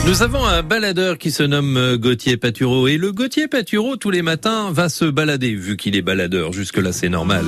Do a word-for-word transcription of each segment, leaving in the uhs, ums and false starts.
Nous avons un baladeur qui se nomme Gauthier Patureau. Et le Gauthier Patureau, tous les matins, va se balader, vu qu'il est baladeur. Jusque-là, c'est normal.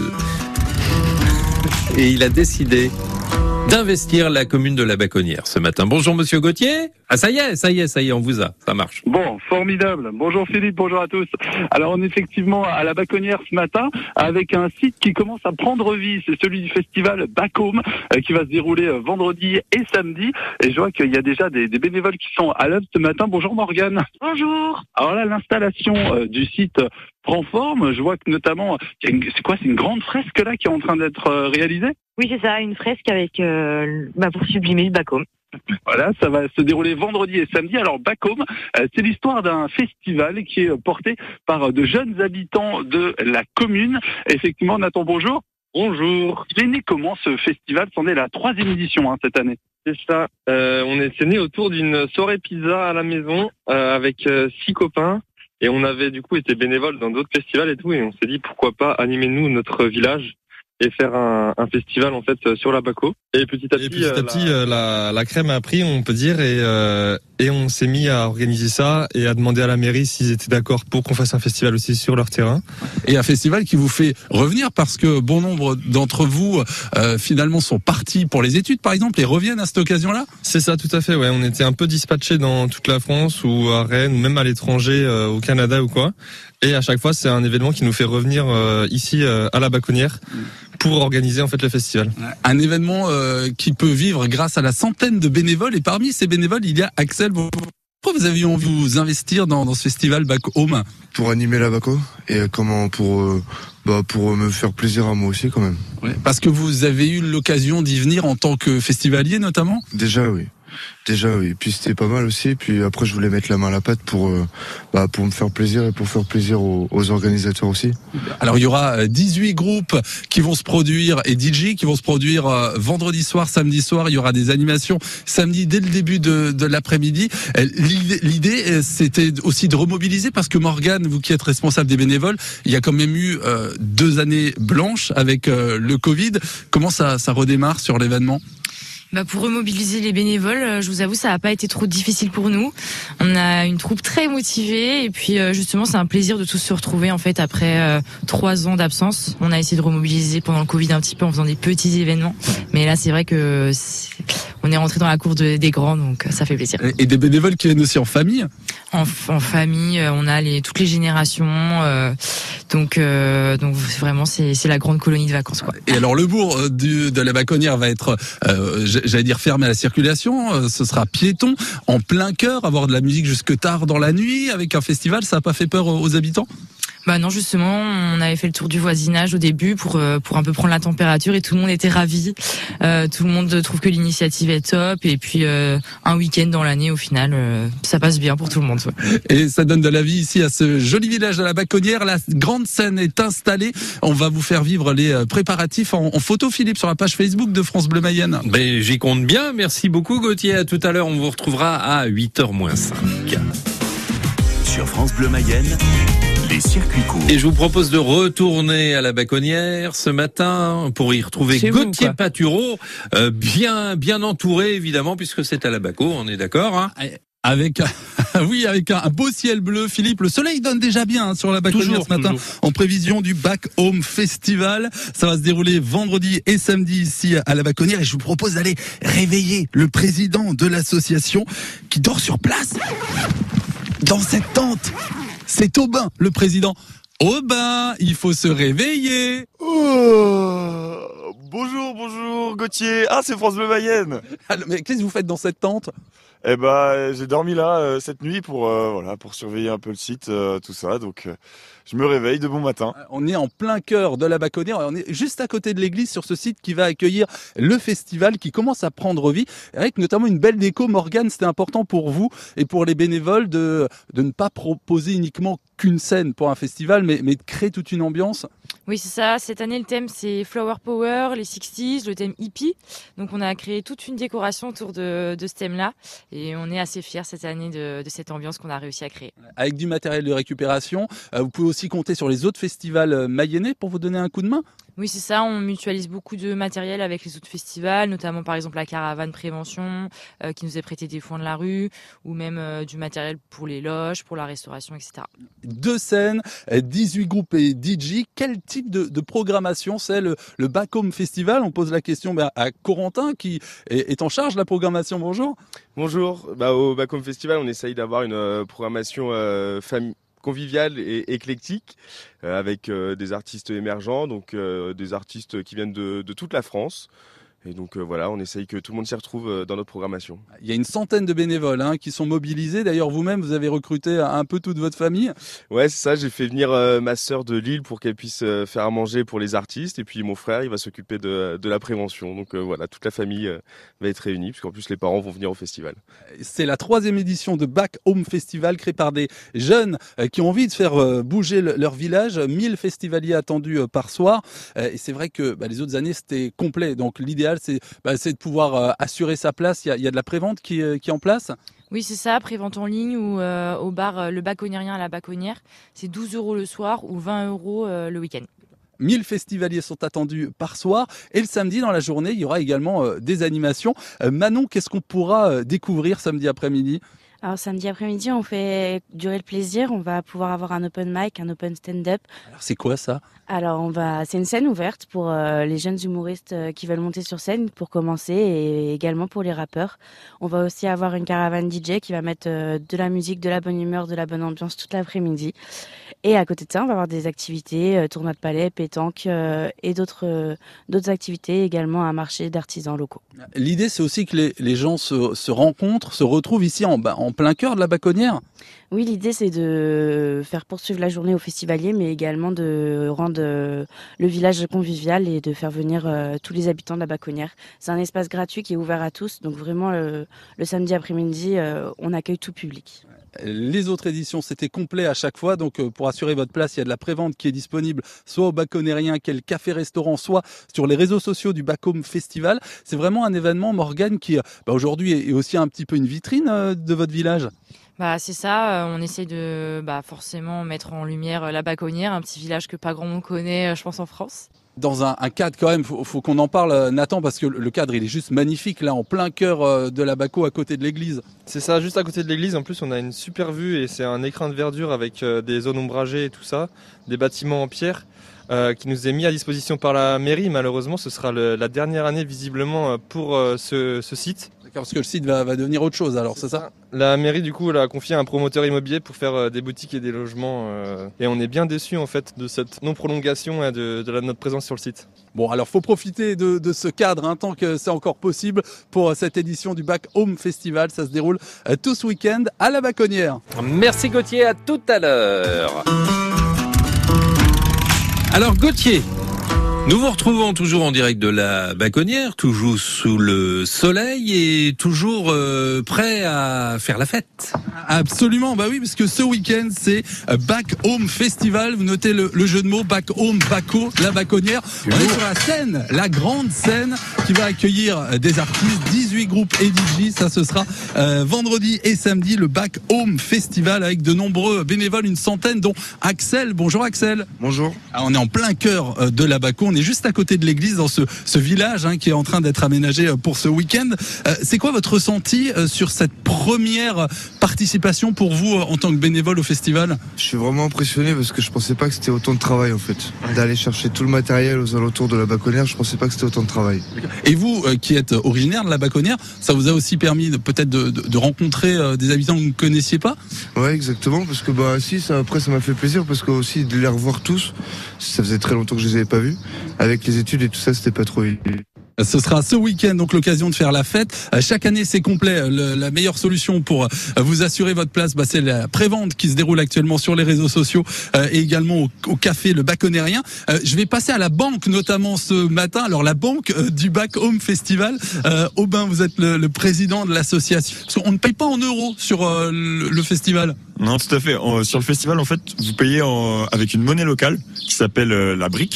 Et il a décidé d'investir la commune de la Baconnière ce matin. Bonjour Monsieur Gauthier. Ah ça y est, ça y est, ça y est, on vous a, ça marche. Bon, formidable. Bonjour Philippe, bonjour à tous. Alors on est effectivement à la Baconnière ce matin avec un site qui commence à prendre vie. C'est celui du festival Back Home euh, qui va se dérouler euh, vendredi et samedi. Et je vois qu'il y a déjà des, des bénévoles qui sont à l'œuvre ce matin. Bonjour Morgane. Bonjour. Alors là, l'installation euh, du site euh, prend forme. Je vois que notamment, il y a une, c'est quoi, c'est une grande fresque là qui est en train d'être euh, réalisée. Oui, c'est ça, une fresque avec euh, bah, pour sublimer le Back Home. Voilà, ça va se dérouler vendredi et samedi. Alors Back Home, euh, c'est l'histoire d'un festival qui est porté par de jeunes habitants de la commune. Effectivement, Nathan, bonjour. Bonjour. Il est né comment ce festival? C'en est la troisième édition hein, cette année. C'est ça. Euh, on est c'est né autour d'une soirée pizza à la maison euh, avec euh, six copains. Et on avait du coup été bénévoles dans d'autres festivals et tout. Et on s'est dit pourquoi pas animer nous notre village et faire un, un festival en fait sur la Baco. Et petit à petit, et petit, à euh, petit la... La, la crème a pris, on peut dire, et, euh, et on s'est mis à organiser ça et à demander à la mairie s'ils étaient d'accord pour qu'on fasse un festival aussi sur leur terrain. Et un festival qui vous fait revenir parce que bon nombre d'entre vous euh, finalement sont partis pour les études par exemple et reviennent à cette occasion-là. C'est ça, tout à fait. Ouais, on était un peu dispatchés dans toute la France ou à Rennes ou même à l'étranger, euh, au Canada ou quoi. Et à chaque fois, c'est un événement qui nous fait revenir euh, ici euh, à la Baconnière pour organiser en fait le festival. Un événement euh, qui peut vivre grâce à la centaine de bénévoles et parmi ces bénévoles, il y a Axel. Pourquoi vous avez envie de vous investir dans, dans ce festival Back Home? Pour animer la Baco et comment pour euh, bah pour me faire plaisir à moi aussi quand même. Ouais, parce que vous avez eu l'occasion d'y venir en tant que festivalier notamment. Déjà oui. Déjà oui, puis c'était pas mal aussi, puis après je voulais mettre la main à la pâte pour euh, bah, pour me faire plaisir et pour faire plaisir aux, aux organisateurs aussi. Alors il y aura dix-huit groupes qui vont se produire et D J qui vont se produire euh, vendredi soir, samedi soir, il y aura des animations samedi dès le début de, de l'après-midi. L'idée, l'idée c'était aussi de remobiliser parce que Morgane, vous qui êtes responsable des bénévoles, il y a quand même eu euh, deux années blanches avec euh, le Covid. Comment ça, ça redémarre sur l'événement? Bah pour remobiliser les bénévoles, je vous avoue, ça n'a pas été trop difficile pour nous. On a une troupe très motivée et puis justement, c'est un plaisir de tous se retrouver en fait après euh, trois ans d'absence. On a essayé de remobiliser pendant le Covid un petit peu en faisant des petits événements, mais là c'est vrai que c'est... on est rentré dans la cour de, des grands, donc ça fait plaisir. Et des bénévoles qui viennent aussi en famille. En, en famille, on a les toutes les générations, euh, donc euh, donc vraiment c'est c'est la grande colonie de vacances quoi. Et alors le bourg du, de la Baconnière va être euh, j'allais dire fermé à la circulation, ce sera piéton, en plein cœur, avoir de la musique jusque tard dans la nuit, avec un festival, ça n'a pas fait peur aux habitants? Bah non, justement, on avait fait le tour du voisinage au début pour pour un peu prendre la température et tout le monde était ravi. Euh, tout le monde trouve que l'initiative est top et puis euh, un week-end dans l'année au final, euh, ça passe bien pour tout le monde. Ouais. Et ça donne de la vie ici à ce joli village de la Baconnière. La grande scène est installée. On va vous faire vivre les préparatifs en, en photo, Philippe, sur la page Facebook de France Bleu Mayenne. Ben, j'y compte bien. Merci beaucoup, Gauthier. À tout à l'heure. On vous retrouvera à huit heures moins cinq. Sur France Bleu Mayenne, les circuits courts. Et je vous propose de retourner à la Baconnière ce matin pour y retrouver Chez Gauthier vous, Patureau, euh, bien bien entouré évidemment puisque c'est à la Baco, on est d'accord hein. Avec oui, avec un beau ciel bleu, Philippe. Le soleil donne déjà bien hein, sur la Baconnière ce matin, toujours. En prévision du Back Home Festival. Ça va se dérouler vendredi et samedi ici à la Baconnière. Et je vous propose d'aller réveiller le président de l'association qui dort sur place dans cette tente. C'est Aubin, le président. Aubin, il faut se réveiller. Oh, bonjour, bonjour Gauthier. Ah, c'est France Bleu Mayenne. Ah, mais qu'est-ce que vous faites dans cette tente? Eh ben, j'ai dormi là euh, cette nuit pour euh, voilà pour surveiller un peu le site, euh, tout ça. Donc, euh, je me réveille de bon matin. On est en plein cœur de la Baconnière. On est juste à côté de l'église sur ce site qui va accueillir le festival qui commence à prendre vie, avec notamment une belle déco. Morgane, c'était important pour vous et pour les bénévoles de de ne pas proposer uniquement qu'une scène pour un festival, mais mais de créer toute une ambiance. Oui, c'est ça. Cette année, le thème, c'est Flower Power, les sixties, le thème hippie. Donc, on a créé toute une décoration autour de, de ce thème-là. Et on est assez fiers cette année de, de cette ambiance qu'on a réussi à créer. Avec du matériel de récupération, vous pouvez aussi compter sur les autres festivals mayennais pour vous donner un coup de main. Oui, c'est ça. On mutualise beaucoup de matériel avec les autres festivals, notamment par exemple la caravane prévention euh, qui nous est prêtée des foins de la rue, ou même euh, du matériel pour les loges, pour la restauration, et cetera. Deux scènes, dix-huit groupes et D J. Quel type de, de programmation c'est le, le Back Home Festival? On pose la question bah, à Corentin qui est, est en charge de la programmation. Bonjour. Bonjour. Bah, au Back Home Festival, on essaye d'avoir une euh, programmation euh, famille. convivial et éclectique euh, avec euh, des artistes émergents, donc euh, des artistes qui viennent de, de toute la France. Et donc euh, voilà, on essaye que tout le monde s'y retrouve euh, dans notre programmation. Il y a une centaine de bénévoles hein, qui sont mobilisés. D'ailleurs, vous-même, vous avez recruté un peu toute votre famille. Ouais, c'est ça. J'ai fait venir euh, ma sœur de Lille pour qu'elle puisse euh, faire à manger pour les artistes. Et puis mon frère, il va s'occuper de, de la prévention. Donc euh, voilà, toute la famille euh, va être réunie, puisqu'en plus les parents vont venir au festival. C'est la troisième édition de Back Home Festival, créée par des jeunes euh, qui ont envie de faire euh, bouger le, leur village. mille festivaliers attendus euh, par soir. Euh, et c'est vrai que bah, les autres années, c'était complet. Donc l'idéal, c'est, bah, c'est de pouvoir euh, assurer sa place. Il y a, il y a de la prévente qui, euh, qui est en place. Oui, c'est ça, prévente en ligne ou euh, au bar euh, Le Baconnerien à la Baconnière. C'est douze euros le soir ou vingt euros euh, le week-end. mille festivaliers sont attendus par soir. Et le samedi, dans la journée, il y aura également euh, des animations. Euh, Manon, qu'est-ce qu'on pourra euh, découvrir samedi après-midi ? Alors samedi après-midi, on fait durer le plaisir. On va pouvoir avoir un open mic, un open stand-up. Alors c'est quoi ça ? Alors on va, c'est une scène ouverte pour euh, les jeunes humoristes euh, qui veulent monter sur scène pour commencer et également pour les rappeurs. On va aussi avoir une caravane D J qui va mettre euh, de la musique, de la bonne humeur, de la bonne ambiance toute l'après-midi. Et à côté de ça, on va avoir des activités, euh, tournoi de palais, pétanque euh, et d'autres euh, d'autres activités, également un marché d'artisans locaux. L'idée, c'est aussi que les, les gens se, se rencontrent, se retrouvent ici en, en plein cœur de la Baconnière. Oui, l'idée, c'est de faire poursuivre la journée aux festivaliers, mais également de rendre euh, le village convivial et de faire venir euh, tous les habitants de la Baconnière. C'est un espace gratuit qui est ouvert à tous, donc vraiment, le, le samedi après-midi, euh, on accueille tout public. Les autres éditions, c'était complet à chaque fois. Donc, pour assurer votre place, il y a de la prévente qui est disponible soit au Baconnerien, qui est le café-restaurant, soit sur les réseaux sociaux du Back Home Festival. C'est vraiment un événement, Morgane, qui bah, aujourd'hui est aussi un petit peu une vitrine euh, de votre village. Bah c'est ça, euh, on essaie de bah, forcément mettre en lumière la Baconnière, un petit village que pas grand monde connaît, je pense, en France. Dans un, un cadre quand même, faut, faut qu'on en parle, Nathan, parce que le cadre il est juste magnifique là, en plein cœur de la Baco, à côté de l'église. C'est ça, juste à côté de l'église. En plus, on a une super vue et c'est un écrin de verdure avec des zones ombragées et tout ça, des bâtiments en pierre euh, qui nous est mis à disposition par la mairie. Malheureusement, ce sera le, la dernière année visiblement pour euh, ce, ce site. Parce que le site va, va devenir autre chose, alors c'est, c'est ça, ça La mairie du coup elle a confié à un promoteur immobilier pour faire euh, des boutiques et des logements euh, et on est bien déçus en fait de cette non prolongation et de, de la, notre présence sur le site. Bon, alors faut profiter de, de ce cadre hein, tant que c'est encore possible pour cette édition du Back Home Festival. Ça se déroule euh, tout ce week-end à la Baconnière. Merci Gauthier, à tout à l'heure. Alors Gauthier, nous vous retrouvons toujours en direct de la Baconnière, toujours sous le soleil et toujours euh, prêt à faire la fête. Absolument, bah oui, parce que ce week-end c'est Back Home Festival. Vous notez le, le jeu de mots, Back Home, Baco, la Baconnière. On est sur la scène, la grande scène qui va accueillir des artistes, dix-huit groupes et D J. Ça, ce sera euh, vendredi et samedi, le Back Home Festival avec de nombreux bénévoles, une centaine, dont Axel. Bonjour Axel. Bonjour. Alors, on est en plein cœur de la Baco. On est juste à côté de l'église, dans ce, ce village hein, qui est en train d'être aménagé pour ce week-end. Euh, c'est quoi votre ressenti euh, sur cette première participation pour vous euh, en tant que bénévole au festival ? Je suis vraiment impressionné parce que je pensais pas que c'était autant de travail en fait. D'aller chercher tout le matériel aux alentours de la Baconnière, je pensais pas que c'était autant de travail. Et vous, euh, qui êtes originaire de la Baconnière, ça vous a aussi permis de, peut-être de, de, de rencontrer euh, des habitants que vous ne connaissiez pas ? Ouais, exactement, parce que bah si, ça, après ça m'a fait plaisir parce que aussi de les revoir tous, ça faisait très longtemps que je les avais pas vus. Avec les études et tout ça, c'était pas trop. Ce sera ce week-end, donc l'occasion de faire la fête. Chaque année, c'est complet. Le, la meilleure solution pour vous assurer votre place, bah, c'est la prévente qui se déroule actuellement sur les réseaux sociaux euh, et également au, au café Le Baconnerien. Euh, je vais passer à la banque, notamment ce matin. Alors la banque euh, du Back Home Festival. Euh, Aubin, vous êtes le, le président de l'association. Parce qu'on ne paye pas en euros sur euh, le, le festival. Non, tout à fait. En, sur le festival, en fait, vous payez en, avec une monnaie locale qui s'appelle euh, la brique.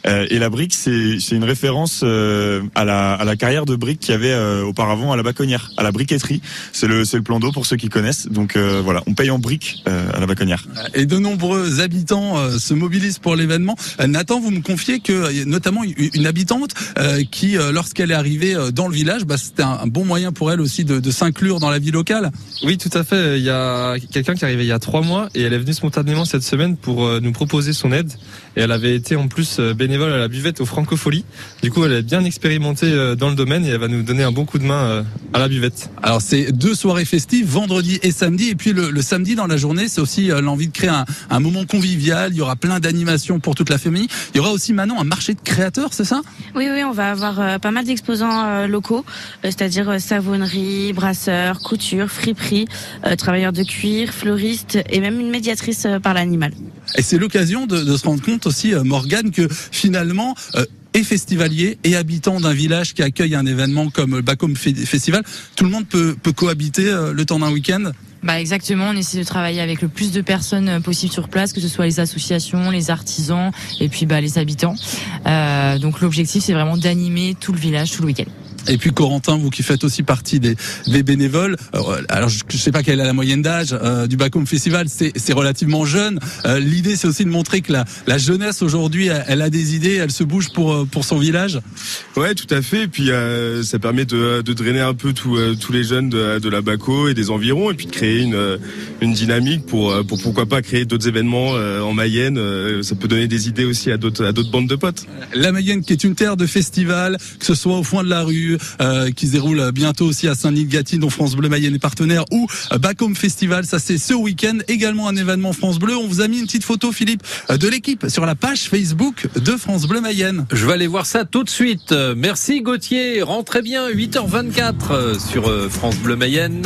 Euh, et la brique, c'est, c'est une référence euh, à la à la carrière de brique qu'il y avait euh, auparavant à la Baconnière, à la briqueterie. C'est le c'est le plan d'eau pour ceux qui connaissent. Donc euh, voilà, on paye en briques euh, à la Baconnière. Et de nombreux habitants euh, se mobilisent pour l'événement. Euh, Nathan, vous me confiez que notamment une, une habitante euh, qui, euh, lorsqu'elle est arrivée euh, dans le village, bah, c'était un, un bon moyen pour elle aussi de, de s'inclure dans la vie locale. Oui, tout à fait. Il y a quelqu'un qui est arrivé il y a trois mois et elle est venue spontanément cette semaine pour euh, nous proposer son aide. Et elle avait été en plus euh, bénévole à la buvette au Francofolie. Du coup, elle est bien expérimentée euh, dans le domaine et elle va nous donner un bon coup de main euh, à la buvette. Alors, c'est deux soirées festives, vendredi et samedi. Et puis le, le samedi dans la journée, c'est aussi euh, l'envie de créer un, un moment convivial. Il y aura plein d'animations pour toute la famille. Il y aura aussi, Manon, un marché de créateurs, c'est ça ? Oui, oui, on va avoir euh, pas mal d'exposants euh, locaux, euh, c'est-à-dire euh, savonnerie, brasseurs, couture, friperie, euh, travailleurs de cuir, fleuristes et même une médiatrice euh, par l'animal. Et c'est l'occasion de, de se rendre compte aussi, euh, Morgane, que finalement... Euh, et festivaliers et habitants d'un village qui accueille un événement comme le Bacôme Festival, tout le monde peut, peut cohabiter euh, le temps d'un week-end. Bah exactement, on essaie de travailler avec le plus de personnes possible sur place, que ce soit les associations, les artisans et puis bah les habitants. Euh, donc l'objectif c'est vraiment d'animer tout le village tout le week-end. Et puis Corentin, vous qui faites aussi partie des, des bénévoles, euh, alors je, je sais pas quelle est la moyenne d'âge euh, du Bacôme Festival, c'est, c'est relativement jeune. Euh, l'idée c'est aussi de montrer que la, la jeunesse aujourd'hui, elle, elle a des idées, elle se bouge pour pour son village. Ouais, tout à fait. Et puis euh, ça permet de, de drainer un peu tout, euh, tous les jeunes de, de la Baco et des environs, et puis de créer une une dynamique pour pour pourquoi pas créer d'autres événements euh, en Mayenne. Euh, ça peut donner des idées aussi à d'autres à d'autres bandes de potes. La Mayenne qui est une terre de festivals, que ce soit au Foin de la Rue. Euh, qui se déroule bientôt aussi à Saint-Denis-de-Gâtine, dont France Bleu Mayenne est partenaire, ou euh, Bacôme Festival, ça c'est ce week-end, également un événement France Bleu. On vous a mis une petite photo, Philippe, euh, de l'équipe sur la page Facebook de France Bleu Mayenne. Je vais aller voir ça tout de suite. Merci Gauthier, rentrez bien, huit heures vingt-quatre sur France Bleu Mayenne.